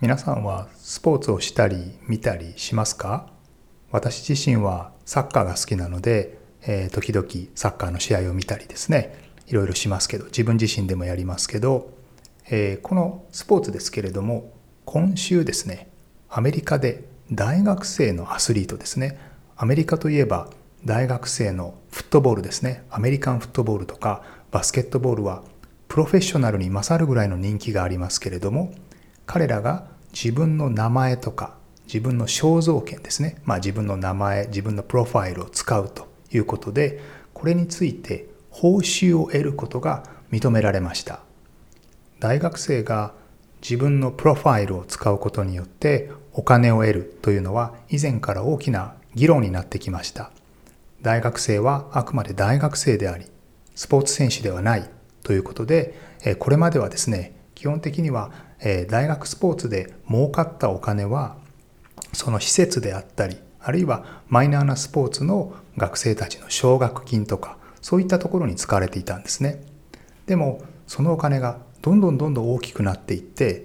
皆さんはスポーツをしたり見たりしますか？私自身はサッカーが好きなので、時々サッカーの試合を見たりですね、いろいろしますけど、自分自身でもやりますけど、このスポーツですけれども、今週ですね、アメリカで大学生のアスリートですね、アメリカといえば大学生のフットボールですね、アメリカンフットボールとかバスケットボールはプロフェッショナルに勝るぐらいの人気がありますけれども、彼らが自分の名前とか自分の肖像権ですね、自分の名前、自分のプロファイルを使うということで、これについて報酬を得ることが認められました。大学生が自分のプロファイルを使うことによってお金を得るというのは以前から大きな議論になってきました。大学生はあくまで大学生であり、スポーツ選手ではないということで、これまではですね、基本的には大学スポーツで儲かったお金はその施設であったり、あるいはマイナーなスポーツの学生たちの奨学金とか、そういったところに使われていたんですね。でもそのお金がどんどん大きくなっていって、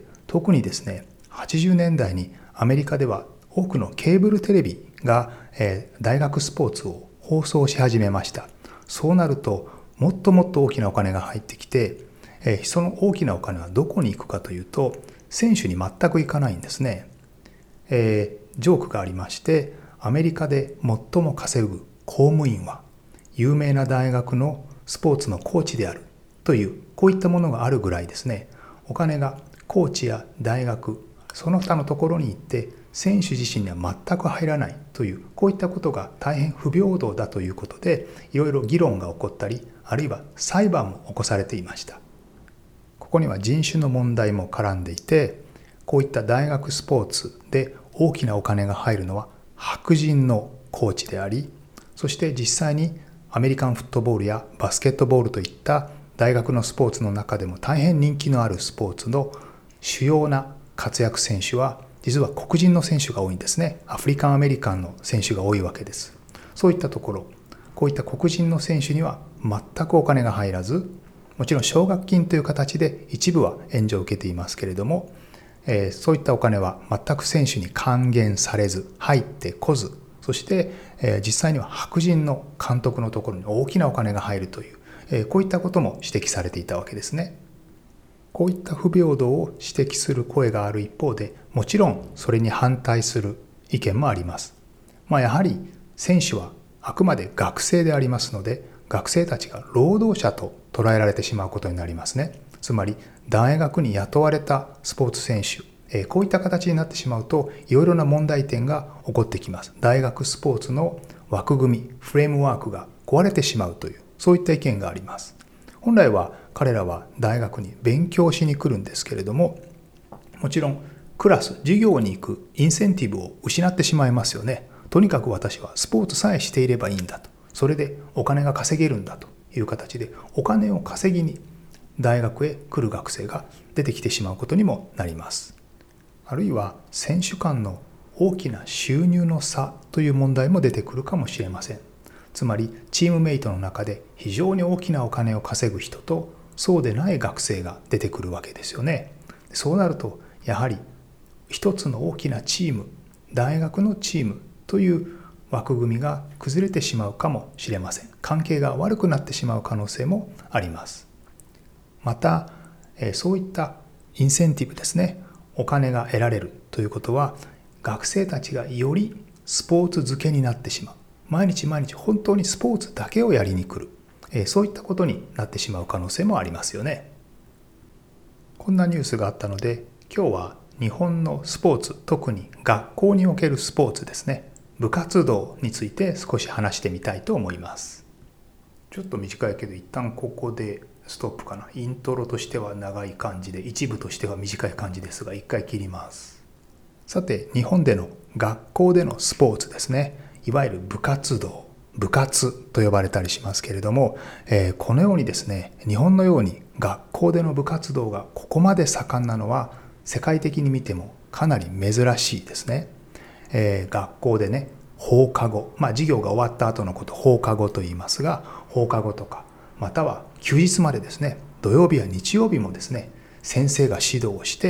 特にですね、80年代にアメリカでは多くのケーブルテレビが大学スポーツを放送し始めました。そうなるともっと大きなお金が入ってきて、その大きなお金はどこに行くかというと、選手に全く行かないんですね。ジョークがありまして、アメリカで最も稼ぐ公務員は有名な大学のスポーツのコーチであるという、こういったものがあるぐらいですね、お金がコーチや大学その他のところに行って選手自身には全く入らないという、こういったことが大変不平等だということで、いろいろ議論が起こったり、あるいは裁判も起こされていました。ここには人種の問題も絡んでいて、こういった大学スポーツで大きなお金が入るのは白人のコーチであり、そして実際にアメリカンフットボールやバスケットボールといった大学のスポーツの中でも大変人気のあるスポーツの主要な活躍選手は実は黒人の選手が多いんですね。アフリカンアメリカンの選手が多いわけです。そういったところ、こういった黒人の選手には全くお金が入らず、もちろん奨学金という形で一部は援助を受けていますけれども、そういったお金は全く選手に還元されず、入ってこず、そして、実際には白人の監督のところに大きなお金が入るという、こういったことも指摘されていたわけですね。こういった不平等を指摘する声がある一方で、もちろんそれに反対する意見もあります。やはり選手はあくまで学生でありますので、学生たちが労働者と捉えられてしまうことになりますね。つまり大学に雇われたスポーツ選手、こういった形になってしまうといろいろな問題点が起こってきます。大学スポーツの枠組み、フレームワークが壊れてしまうという、そういった意見があります。本来は彼らは大学に勉強しに来るんですけれども、もちろんクラス、授業に行くインセンティブを失ってしまいますよね。とにかく私はスポーツさえしていればいいんだと。それでお金が稼げるんだという形で、お金を稼ぎに大学へ来る学生が出てきてしまうことにもなります。あるいは選手間の大きな収入の差という問題も出てくるかもしれません。つまりチームメイトの中で非常に大きなお金を稼ぐ人とそうでない学生が出てくるわけですよね。そうなるとやはり一つの大きなチーム、大学のチームという枠組みが崩れてしまうかもしれません。関係が悪くなってしまう可能性もあります。また、そういったインセンティブですね、お金が得られるということは、学生たちがよりスポーツ漬けになってしまう。毎日本当にスポーツだけをやりに来る。そういったことになってしまう可能性もありますよね。こんなニュースがあったので、今日は日本のスポーツ、特に学校におけるスポーツですね、部活動について少し話してみたいと思います。ちょっと短いけど一旦ここでストップかな。イントロとしては長い感じで、一部としては短い感じですが、一回切ります。さて、日本での学校でのスポーツですね、いわゆる部活動、部活と呼ばれたりしますけれども、このようにですね、日本のように学校での部活動がここまで盛んなのは世界的に見てもかなり珍しいですね。学校でね、放課後、授業が終わった後のことを放課後と言いますが、放課後とかまたは休日までですね、土曜日や日曜日もですね、先生が指導をして、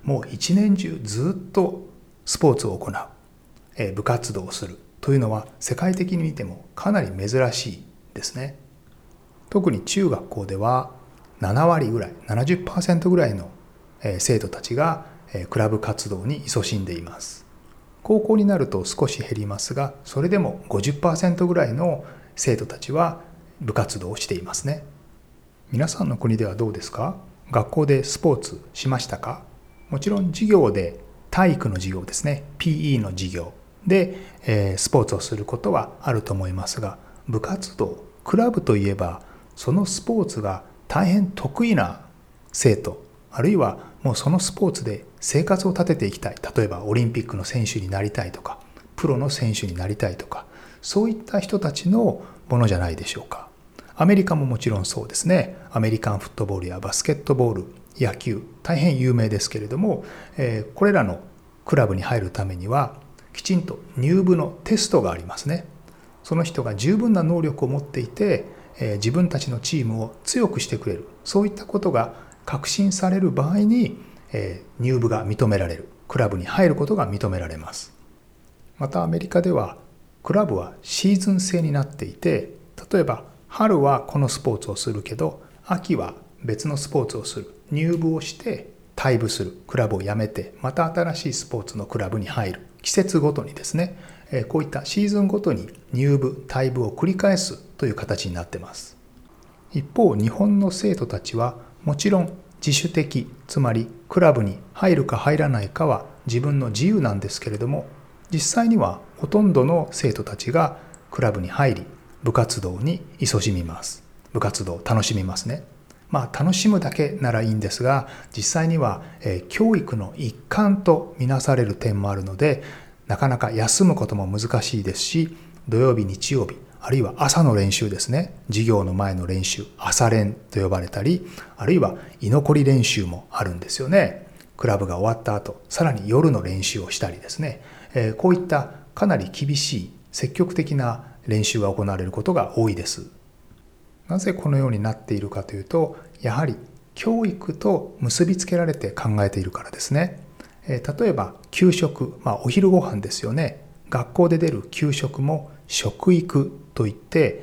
もう一年中ずっとスポーツを行う、部活動をするというのは世界的に見てもかなり珍しいですね。特に中学校では7割ぐらい 70% ぐらいの生徒たちがクラブ活動に勤しんでいます。高校になると少し減りますが、それでも 50% ぐらいの生徒たちは部活動をしていますね。皆さんの国ではどうですか？学校でスポーツしましたか？もちろん授業で体育の授業ですね、 PE の授業で、スポーツをすることはあると思いますが、部活動、クラブといえばそのスポーツが大変得意な生徒、あるいはもうそのスポーツで生活を立てていきたい、例えばオリンピックの選手になりたいとか、プロの選手になりたいとか、そういった人たちのものじゃないでしょうか。アメリカももちろんそうですね。アメリカンフットボールやバスケットボール、野球、大変有名ですけれども、これらのクラブに入るためにはきちんと入部のテストがありますね。その人が十分な能力を持っていて、自分たちのチームを強くしてくれる、そういったことが確信される場合に、入部が認められる、クラブに入ることが認められます。またアメリカではクラブはシーズン制になっていて、例えば春はこのスポーツをするけど秋は別のスポーツをする、入部をして退部する、クラブを辞めてまた新しいスポーツのクラブに入る、季節ごとにですね、こういったシーズンごとに入部退部を繰り返すという形になっています。一方日本の生徒たちはもちろん自主的、つまりクラブに入るか入らないかは自分の自由なんですけれども、実際にはほとんどの生徒たちがクラブに入り部活動に勤しみます。部活動を楽しみますね。楽しむだけならいいんですが、実際には教育の一環とみなされる点もあるので、なかなか休むことも難しいですし、土曜日日曜日あるいは朝の練習ですね、授業の前の練習、朝練と呼ばれたり、あるいは居残り練習もあるんですよね。クラブが終わった後、さらに夜の練習をしたりですね、こういったかなり厳しい積極的な練習が行われることが多いです。なぜこのようになっているかというと、やはり教育と結びつけられて考えているからですね。例えば給食、お昼ご飯ですよね。学校で出る給食も食育といって、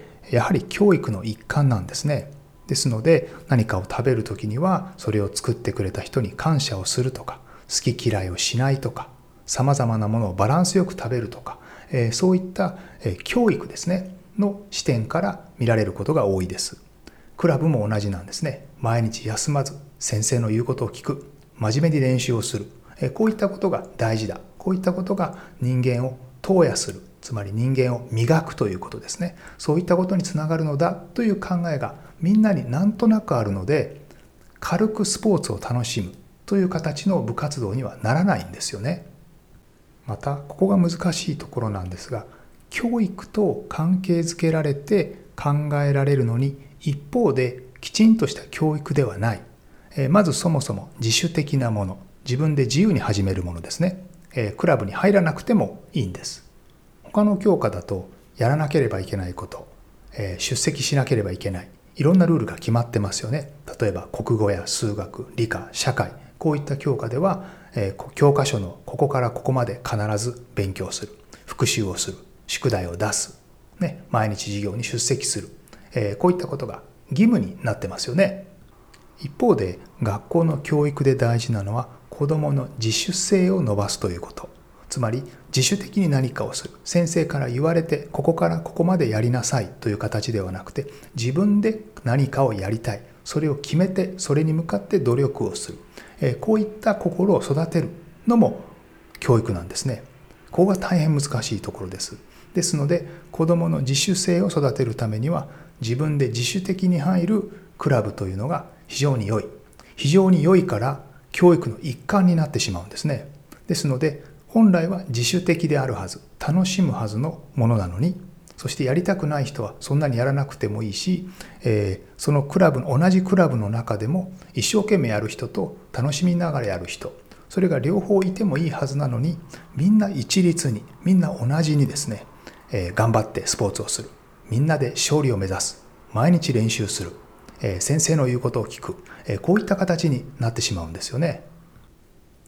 やはり教育の一環なんですね。ですので何かを食べるときにはそれを作ってくれた人に感謝をするとか、好き嫌いをしないとか、さまざまなものをバランスよく食べるとか、そういった教育ですねの視点から見られることが多いです。クラブも同じなんですね。毎日休まず先生の言うことを聞く、真面目に練習をする、こういったことが大事だ。こういったことが人間を投野する、つまり人間を磨くということですね。そういったことにつながるのだという考えがみんなになんとなくあるので、軽くスポーツを楽しむという形の部活動にはならないんですよね。またここが難しいところなんですが、教育と関係づけられて考えられるのに、一方できちんとした教育ではない。まずそもそも自主的なもの、自分で自由に始めるものですね。クラブに入らなくてもいいんです。他の教科だとやらなければいけないこと、出席しなければいけない、いろんなルールが決まってますよね。例えば国語や数学、理科、社会、こういった教科では、教科書のここからここまで必ず勉強する、復習をする、宿題を出す、毎日授業に出席する、こういったことが義務になってますよね。一方で学校の教育で大事なのは子どもの自主性を伸ばすということ。つまり自主的に何かをする、先生から言われてここからここまでやりなさいという形ではなくて、自分で何かをやりたい、それを決めてそれに向かって努力をする、こういった心を育てるのも教育なんですね。ここが大変難しいところです。ですので子どもの自主性を育てるためには、自分で自主的に入るクラブというのが非常に良い。非常に良いから教育の一環になってしまうんですね。ですので本来は自主的であるはず、楽しむはずのものなのに、そしてやりたくない人はそんなにやらなくてもいいし、そのクラブ、同じクラブの中でも一生懸命やる人と楽しみながらやる人、それが両方いてもいいはずなのに、みんな一律に、みんな同じにですね、頑張ってスポーツをする。みんなで勝利を目指す。毎日練習する。先生の言うことを聞く。こういった形になってしまうんですよね。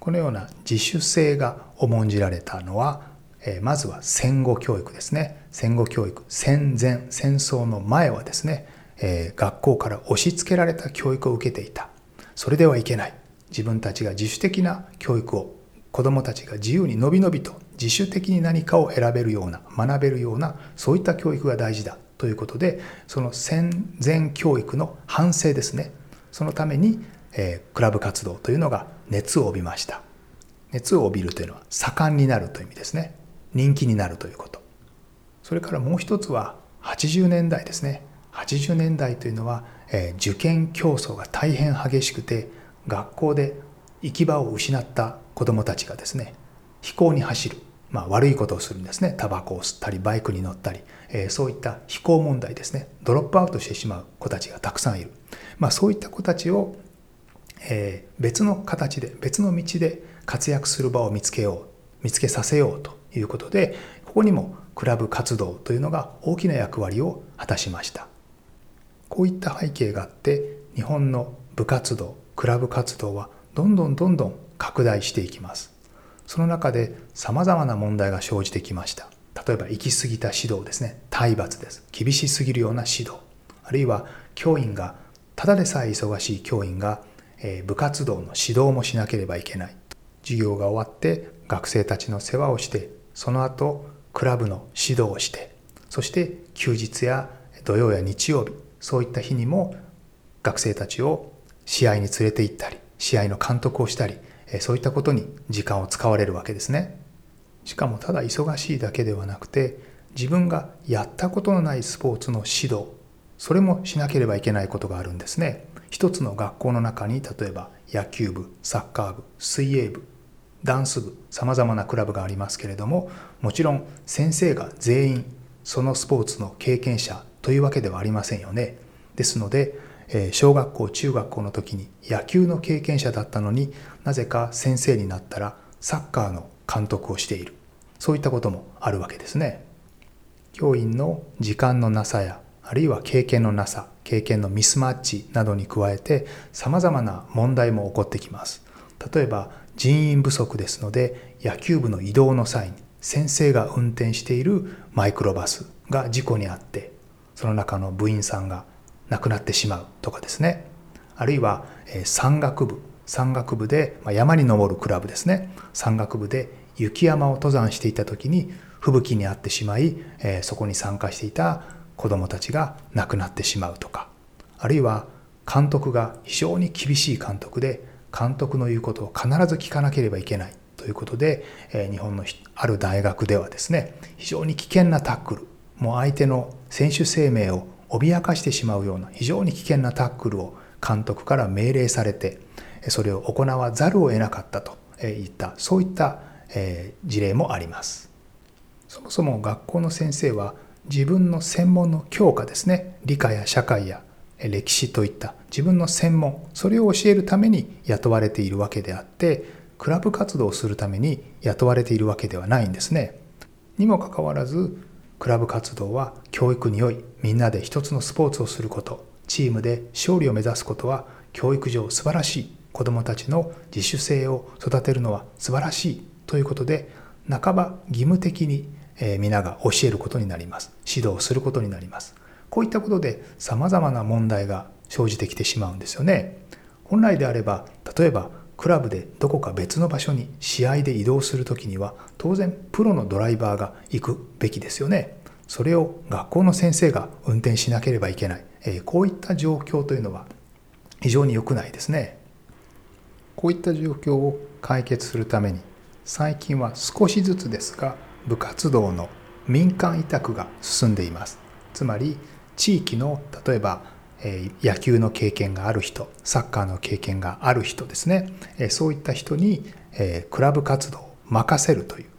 このような自主性が重んじられたのは、まずは戦後教育ですね。戦後教育、戦前、戦争の前はですね、学校から押し付けられた教育を受けていた。それではいけない。自分たちが自主的な教育を、子どもたちが自由にのびのびと自主的に何かを選べるような、学べるような、そういった教育が大事だということで、その戦前教育の反省ですね。そのために、クラブ活動というのが熱を帯びました。熱を帯びるというのは盛んになるという意味ですね。人気になるということ。それからもう一つは80年代ですね。80年代というのは、受験競争が大変激しくて、学校で行き場を失った子どもたちがですね、非行に走る、悪いことをするんですね。タバコを吸ったり、バイクに乗ったり、そういった非行問題ですね。ドロップアウトしてしまう子たちがたくさんいる。そういった子たちを、別の形で、別の道で活躍する場を見つけさせようということで、ここにもクラブ活動というのが大きな役割を果たしました。こういった背景があって、日本の部活動、クラブ活動はどんどん拡大していきます。その中で様々な問題が生じてきました。例えば行き過ぎた指導ですね。体罰です。厳しすぎるような指導。あるいは教員が、ただでさえ忙しい教員が、部活動の指導もしなければいけない。授業が終わって学生たちの世話をして、その後クラブの指導をして、そして休日や土曜や日曜日、そういった日にも学生たちを試合に連れて行ったり、試合の監督をしたり、そういったことに時間を使われるわけですね。しかもただ忙しいだけではなくて、自分がやったことのないスポーツの指導、それもしなければいけないことがあるんですね。一つの学校の中に、例えば野球部、サッカー部、水泳部、ダンス部、さまざまなクラブがありますけれども、もちろん先生が全員そのスポーツの経験者というわけではありませんよね。ですので、小学校、中学校の時に野球の経験者だったのに、なぜか先生になったらサッカーの監督をしている。そういったこともあるわけですね。教員の時間のなさや、あるいは経験のなさ、経験のミスマッチなどに加えて、様々な問題も起こってきます。例えば人員不足ですので、野球部の移動の際に先生が運転しているマイクロバスが事故に遭って、その中の部員さんが亡くなってしまうとかですね。あるいは山岳部で、山に登るクラブですね。山岳部で雪山を登山していた時に吹雪に遭ってしまい、そこに参加していた子どもたちが亡くなってしまうとか、あるいは監督が非常に厳しい監督で、監督の言うことを必ず聞かなければいけないということで、日本のある大学ではですね、非常に危険なタックル、もう相手の選手生命を脅かしてしまうような非常に危険なタックルを監督から命令されて、それを行わざるを得なかったといった、そういった事例もあります。そもそも学校の先生は自分の専門の教科ですね、理科や社会や歴史といった自分の専門、それを教えるために雇われているわけであって、クラブ活動をするために雇われているわけではないんですね。にもかかわらず、クラブ活動は教育に良い、みんなで一つのスポーツをすること、チームで勝利を目指すことは教育上素晴らしい、子どもたちの自主性を育てるのは素晴らしいということで、半ば義務的に皆が教えることになります。指導することになります。こういったことで様々な問題が生じてきてしまうんですよね。本来であれば、例えばクラブでどこか別の場所に試合で移動するときには、当然プロのドライバーが行くべきですよね。それを学校の先生が運転しなければいけない。こういった状況というのは非常に良くないですね。こういった状況を解決するために、最近は少しずつですが、部活動の民間委託が進んでいます。つまり地域の、例えば野球の経験がある人、サッカーの経験がある人ですね、そういった人にクラブ活動を任せるという、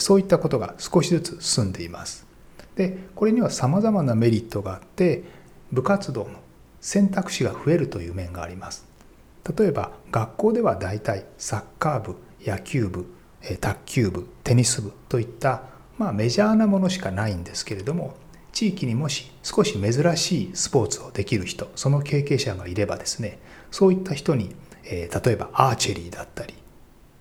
そういったことが少しずつ進んでいます。で、これには様々なメリットがあって、部活動の選択肢が増えるという面があります。例えば学校ではだいたいサッカー部、野球部、卓球部、テニス部といった、メジャーなものしかないんですけれども、地域にもし少し珍しいスポーツをできる人、その経験者がいればですね、そういった人に、例えばアーチェリーだったり、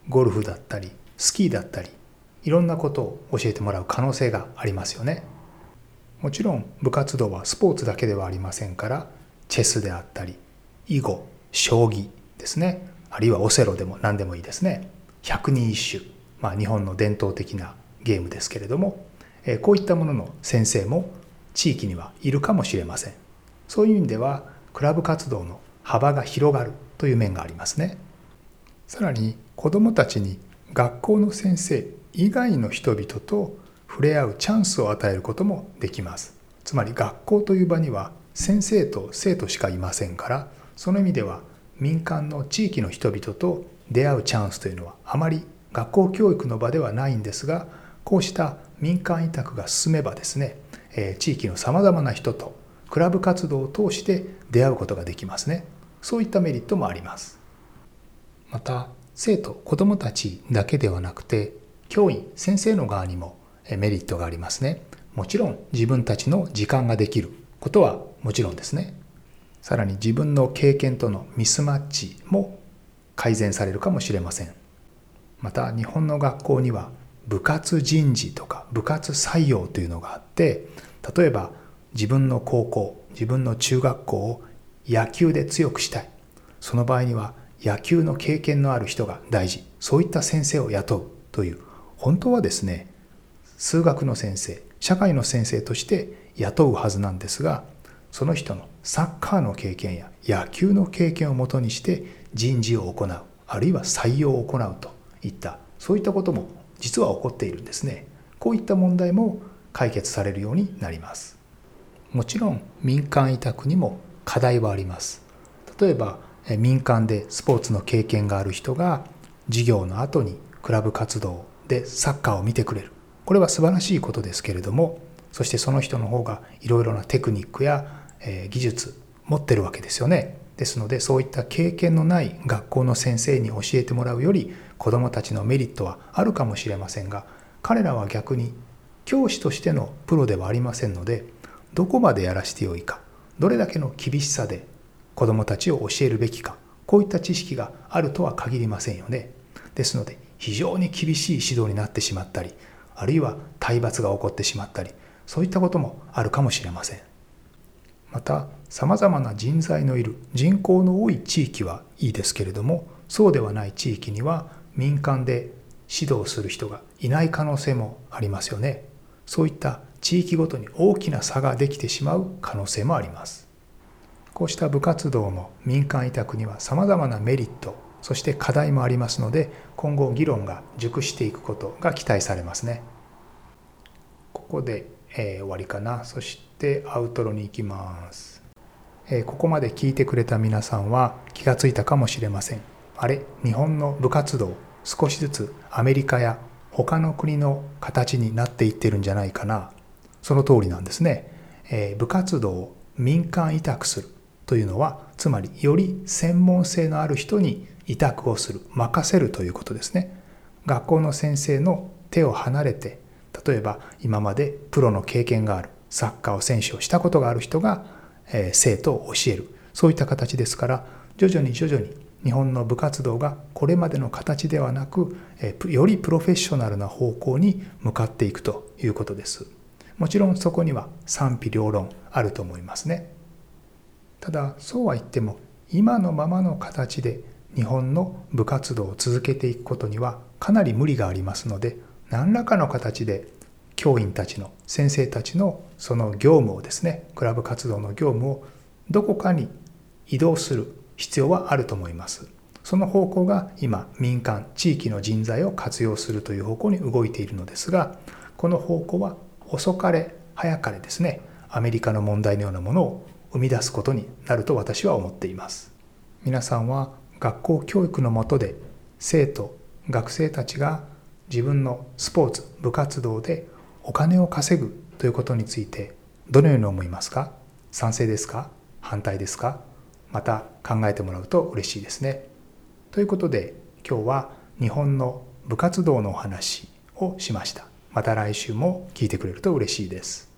ゴルフだったりスキーだったり、いろんなことを教えてもらう可能性がありますよね。もちろん部活動はスポーツだけではありませんから、チェスであったり囲碁、将棋ですね、あるいはオセロでも何でもいいですね。百人一首、日本の伝統的なゲームですけれども、こういったものの先生も地域にはいるかもしれません。そういう意味ではクラブ活動の幅が広がるという面がありますね。さらに子どもたちに学校の先生以外の人々と触れ合うチャンスを与えることもできます。つまり学校という場には先生と生徒しかいませんから、その意味では民間の地域の人々と出会うチャンスというのはあまり学校教育の場ではないんですが、こうした民間委託が進めばですね、地域のさまざまな人とクラブ活動を通して出会うことができますね。そういったメリットもあります。また生徒子どもたちだけではなくて、教員先生の側にもメリットがありますね。もちろん自分たちの時間ができることはもちろんですね。さらに自分の経験とのミスマッチも改善されるかもしれません。また日本の学校には部活人事とか部活採用というのがあって、例えば自分の高校、自分の中学校を野球で強くしたい、その場合には野球の経験のある人が大事、そういった先生を雇うという、本当はですね、数学の先生、社会の先生として雇うはずなんですが、その人のサッカーの経験や野球の経験をもとにして人事を行う、あるいは採用を行うといった、そういったことも実は起こっているんですね。こういった問題も解決されるようになります。もちろん民間委託にも課題はあります。例えば民間でスポーツの経験がある人が授業の後にクラブ活動でサッカーを見てくれる、これは素晴らしいことですけれども、そしてその人の方がいろいろなテクニックや技術持ってるわけですよね。ですのでそういった経験のない学校の先生に教えてもらうより子どもたちのメリットはあるかもしれませんが、彼らは逆に教師としてのプロではありませんので、どこまでやらしてよいか、どれだけの厳しさで子どもたちを教えるべきか、こういった知識があるとは限りませんよね。ですので非常に厳しい指導になってしまったり、あるいは体罰が起こってしまったり、そういったこともあるかもしれません。またさまざまな人材のいる人口の多い地域はいいですけれども、そうではない地域には民間で指導する人がいない可能性もありますよね。そういった地域ごとに大きな差ができてしまう可能性もあります。こうした部活動の民間委託にはさまざまなメリット、そして課題もありますので、今後議論が熟していくことが期待されますね。ここで、終わりかな。そしてアウトロに行きます。ここまで聞いてくれた皆さんは気がついたかもしれません。あれ、日本の部活動少しずつアメリカや他の国の形になっていってるんじゃないかな。その通りなんですね。部活動を民間委託するというのは、つまりより専門性のある人に委託をする、任せるということですね。学校の先生の手を離れて、例えば今までプロの経験がある、サッカーを選手をしたことがある人が生徒を教える、そういった形ですから、徐々に日本の部活動がこれまでの形ではなく、よりプロフェッショナルな方向に向かっていくということです。もちろんそこには賛否両論あると思いますね。ただそうは言っても、今のままの形で日本の部活動を続けていくことにはかなり無理がありますので、何らかの形で教員たちの、先生たちのその業務をですね、クラブ活動の業務をどこかに移動する必要はあると思います。その方向が今、民間地域の人材を活用するという方向に動いているのですが、この方向は遅かれ早かれですね、アメリカの問題のようなものを生み出すことになると私は思っています。皆さんは学校教育の下で生徒、学生たちが自分のスポーツ、部活動でお金を稼ぐということについてどのように思いますか？賛成ですか？反対ですか？また考えてもらうと嬉しいですね。ということで今日は日本の部活動のお話をしました。また来週も聞いてくれると嬉しいです。